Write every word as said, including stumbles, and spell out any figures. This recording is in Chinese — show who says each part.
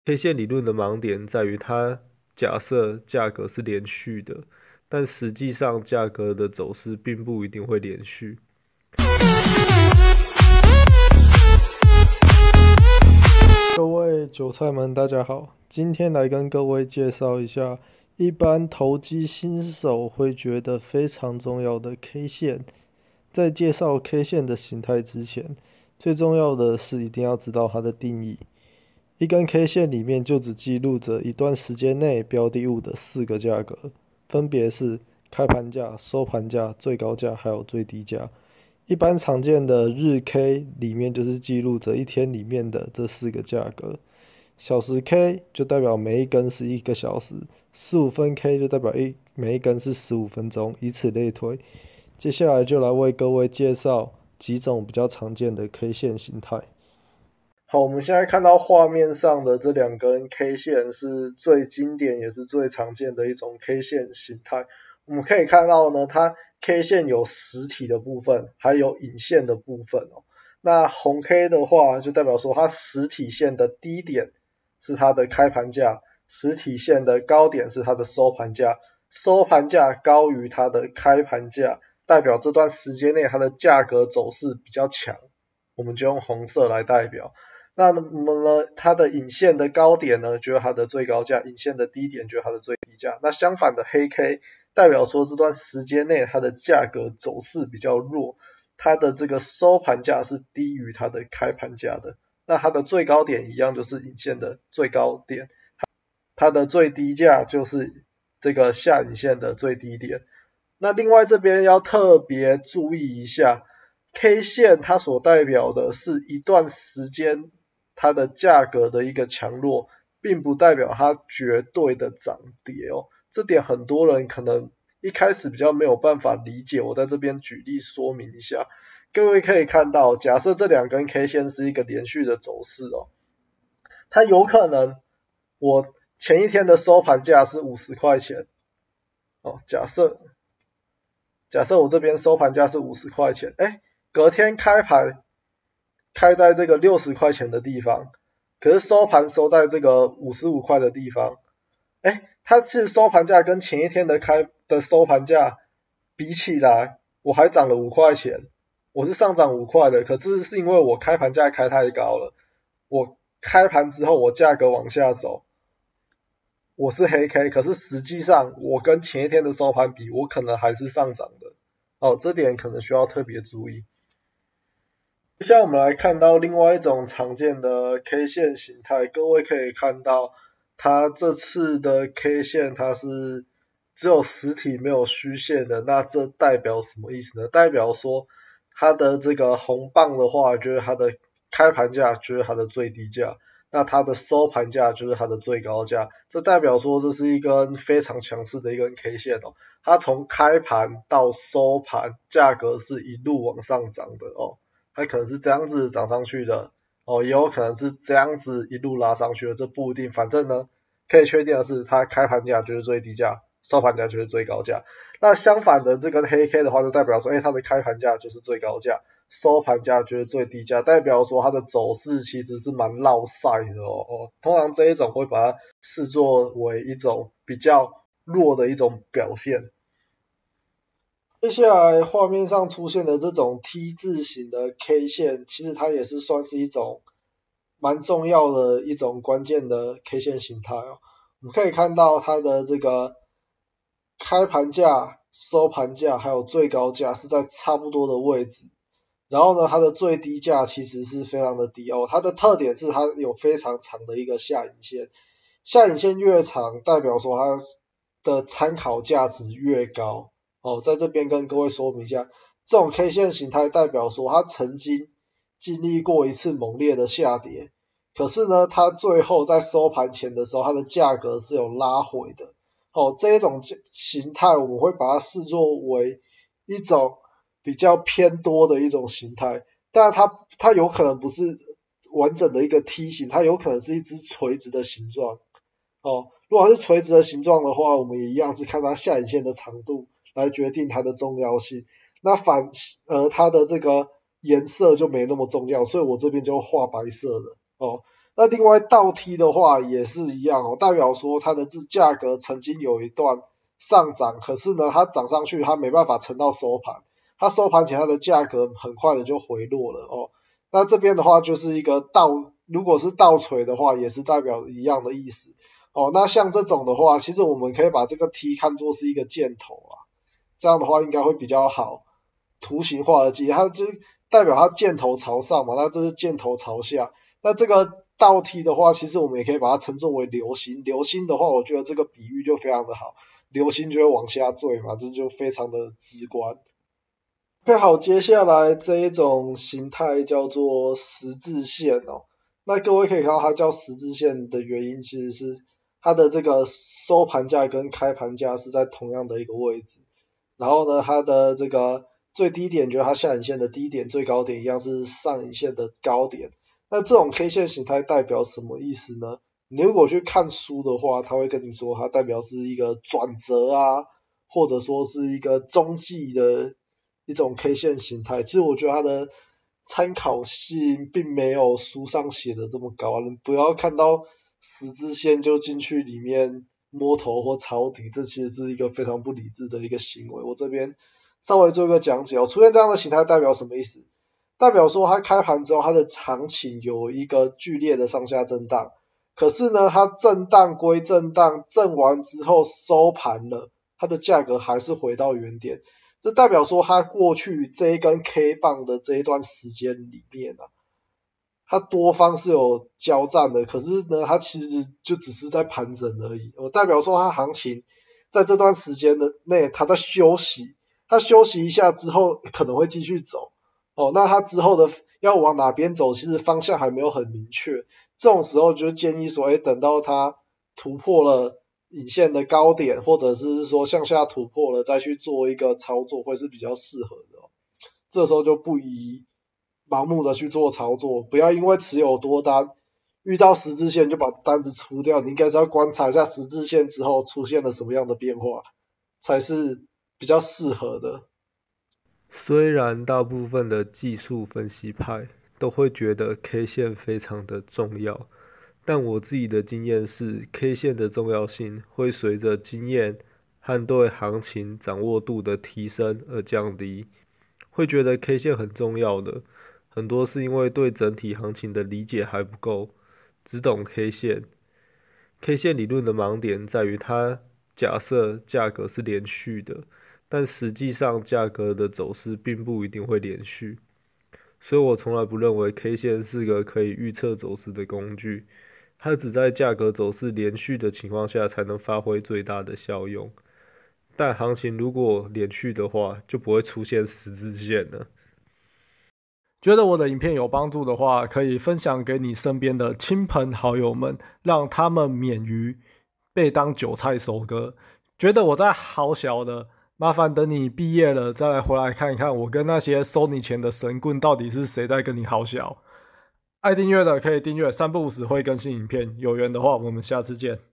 Speaker 1: K 线理论的盲点在于它假设价格是连续的，但实际上价格的走势并不一定会连续。各位韭菜们，大家好，今天来跟各位介绍一下一般投机新手会觉得非常重要的 K 线。在介绍 K 线的形态之前，最重要的是一定要知道它的定义。一根 K 线里面就只记录着一段时间内标的物的四个价格，分别是开盘价、收盘价、最高价还有最低价。一般常见的日 K 里面就是记录着一天里面的这四个价格，小时 K 就代表每一根是一个小时，十五分 K 就代表一每一根是十五分钟，以此类推。接下来就来为各位介绍几种比较常见的 K 线形态。好，我们现在看到画面上的这两根 K 线是最经典也是最常见的一种 K 线形态。我们可以看到呢，它 K 线有实体的部分，还有影线的部分哦。那红 K 的话，就代表说它实体线的低点是它的开盘价，实体线的高点是它的收盘价，收盘价高于它的开盘价，代表这段时间内它的价格走势比较强，我们就用红色来代表。那么呢，它的影线的高点呢，就是它的最高价，影线的低点就是它的最低价。那相反的黑 K 代表说这段时间内它的价格走势比较弱，它的这个收盘价是低于它的开盘价的。那它的最高点一样就是影线的最高点，它的最低价就是这个下影线的最低点。那另外这边要特别注意一下 ，K 线它所代表的是一段时间它的价格的一个强弱，并不代表它绝对的涨跌哦。这点很多人可能一开始比较没有办法理解，我在这边举例说明一下。各位可以看到，假设这两根 K 线是一个连续的走势哦，它有可能我前一天的收盘价是五十块钱哦，假设假设我这边收盘价是五十块钱，哎，隔天开盘开在这个六十块钱的地方，可是收盘收在这个五十五块的地方，哎，它是收盘价跟前一天的开的收盘价比起来，我还涨了五块钱，我是上涨五块的，可是是因为我开盘价开太高了，我开盘之后我价格往下走，我是黑 K， 可是实际上我跟前一天的收盘比，我可能还是上涨的，哦，这点可能需要特别注意。接下来我们来看到另外一种常见的 K 线形态，各位可以看到，它这次的 K 线它是只有实体没有虚线的，那这代表什么意思呢？代表说它的这个红棒的话，就是它的开盘价就是它的最低价，那它的收盘价就是它的最高价，这代表说这是一根非常强势的一根 K 线哦，它从开盘到收盘价格是一路往上涨的哦。它可能是这样子涨上去的哦，也有可能是这样子一路拉上去的，这不一定。反正呢，可以确定的是，它开盘价就是最低价，收盘价就是最高价。那相反的，这根黑 K 的话，就代表说，哎，它的开盘价就是最高价，收盘价就是最低价，代表说它的走势其实是蛮落赛的哦。哦，通常这一种会把它视作为一种比较弱的一种表现。接下来画面上出现的这种 T 字形的 K 线，其实它也是算是一种蛮重要的一种关键的 K 线形态哦。我们可以看到它的这个开盘价、收盘价还有最高价是在差不多的位置，然后呢，它的最低价其实是非常的低哦。它的特点是它有非常长的一个下影线，下影线越长，代表说它的参考价值越高。哦，在这边跟各位说明一下，这种 K 线形态代表说它曾经经历过一次猛烈的下跌，可是呢，它最后在收盘前的时候，它的价格是有拉回的。哦，这一种形态我们会把它视作为一种比较偏多的一种形态，但它它有可能不是完整的一个梯形，它有可能是一只垂直的形状。哦，如果是垂直的形状的话，我们也一样是看它下影线的长度来决定它的重要性。那反而它的这个颜色就没那么重要，所以我这边就画白色的哦。 那另外倒 T 的话也是一样哦，代表说它的这价格曾经有一段上涨，可是呢它涨上去它没办法撑到收盘，它收盘前它的价格很快的就回落了哦。那这边的话就是一个倒，如果是倒锤的话也是代表一样的意思哦。那像这种的话，其实我们可以把这个 T 看作是一个箭头啊，这样的话应该会比较好图形化的记，它就代表它箭头朝上嘛，那这是箭头朝下。那这个倒 T 的话，其实我们也可以把它称作为流星。流星的话，我觉得这个比喻就非常的好，流星就会往下坠嘛，这就非常的直观。OK， 好，接下来这一种形态叫做十字线哦。那各位可以看到它叫十字线的原因，其实是它的这个收盘价跟开盘价是在同样的一个位置。然后呢，它的这个最低点就是它下影线的低点，最高点一样是上影线的高点。那这种 K 线形态代表什么意思呢？你如果去看书的话，他会跟你说它代表是一个转折啊，或者说是一个中继的一种 K 线形态。其实我觉得它的参考性并没有书上写的这么高，你不要看到十字线就进去里面摸头或抄底，这其实是一个非常不理智的一个行为。我这边稍微做一个讲解哦，出现这样的形态代表什么意思？代表说它开盘之后它的行情有一个剧烈的上下震荡，可是呢它震荡归震荡，震完之后收盘了，它的价格还是回到原点，这代表说它过去这一根 K 棒的这一段时间里面啊，它多方是有交战的，可是呢它其实就只是在盘整而已，我代表说它行情在这段时间的内它在休息，它休息一下之后可能会继续走哦，那它之后的要往哪边走，其实方向还没有很明确。这种时候就建议说，哎，等到它突破了影线的高点，或者是说向下突破了，再去做一个操作，会是比较适合的哦。这时候就不宜盲目的去做操作，不要因为持有多单，遇到十字线就把单子出掉。你应该是要观察一下十字线之后出现了什么样的变化，才是比较适合的。
Speaker 2: 虽然大部分的技术分析派都会觉得 K 线非常的重要，但我自己的经验是 K 线的重要性会随着经验和对行情掌握度的提升而降低。会觉得 K 线很重要的，很多是因为对整体行情的理解还不够，只懂 K 线。K 线理论的盲点在于它假设价格是连续的，但实际上价格的走势并不一定会连续，所以我从来不认为 K 线是个可以预测走势的工具，它只在价格走势连续的情况下才能发挥最大的效用。但行情如果连续的话，就不会出现十字线了。
Speaker 3: 觉得我的影片有帮助的话，可以分享给你身边的亲朋好友们，让他们免于被当韭菜收割。觉得我在好小的，麻烦等你毕业了再来回来看一看，我跟那些收你钱的神棍到底是谁在跟你好小。爱订阅的可以订阅，三不五时会更新影片。有缘的话，我们下次见。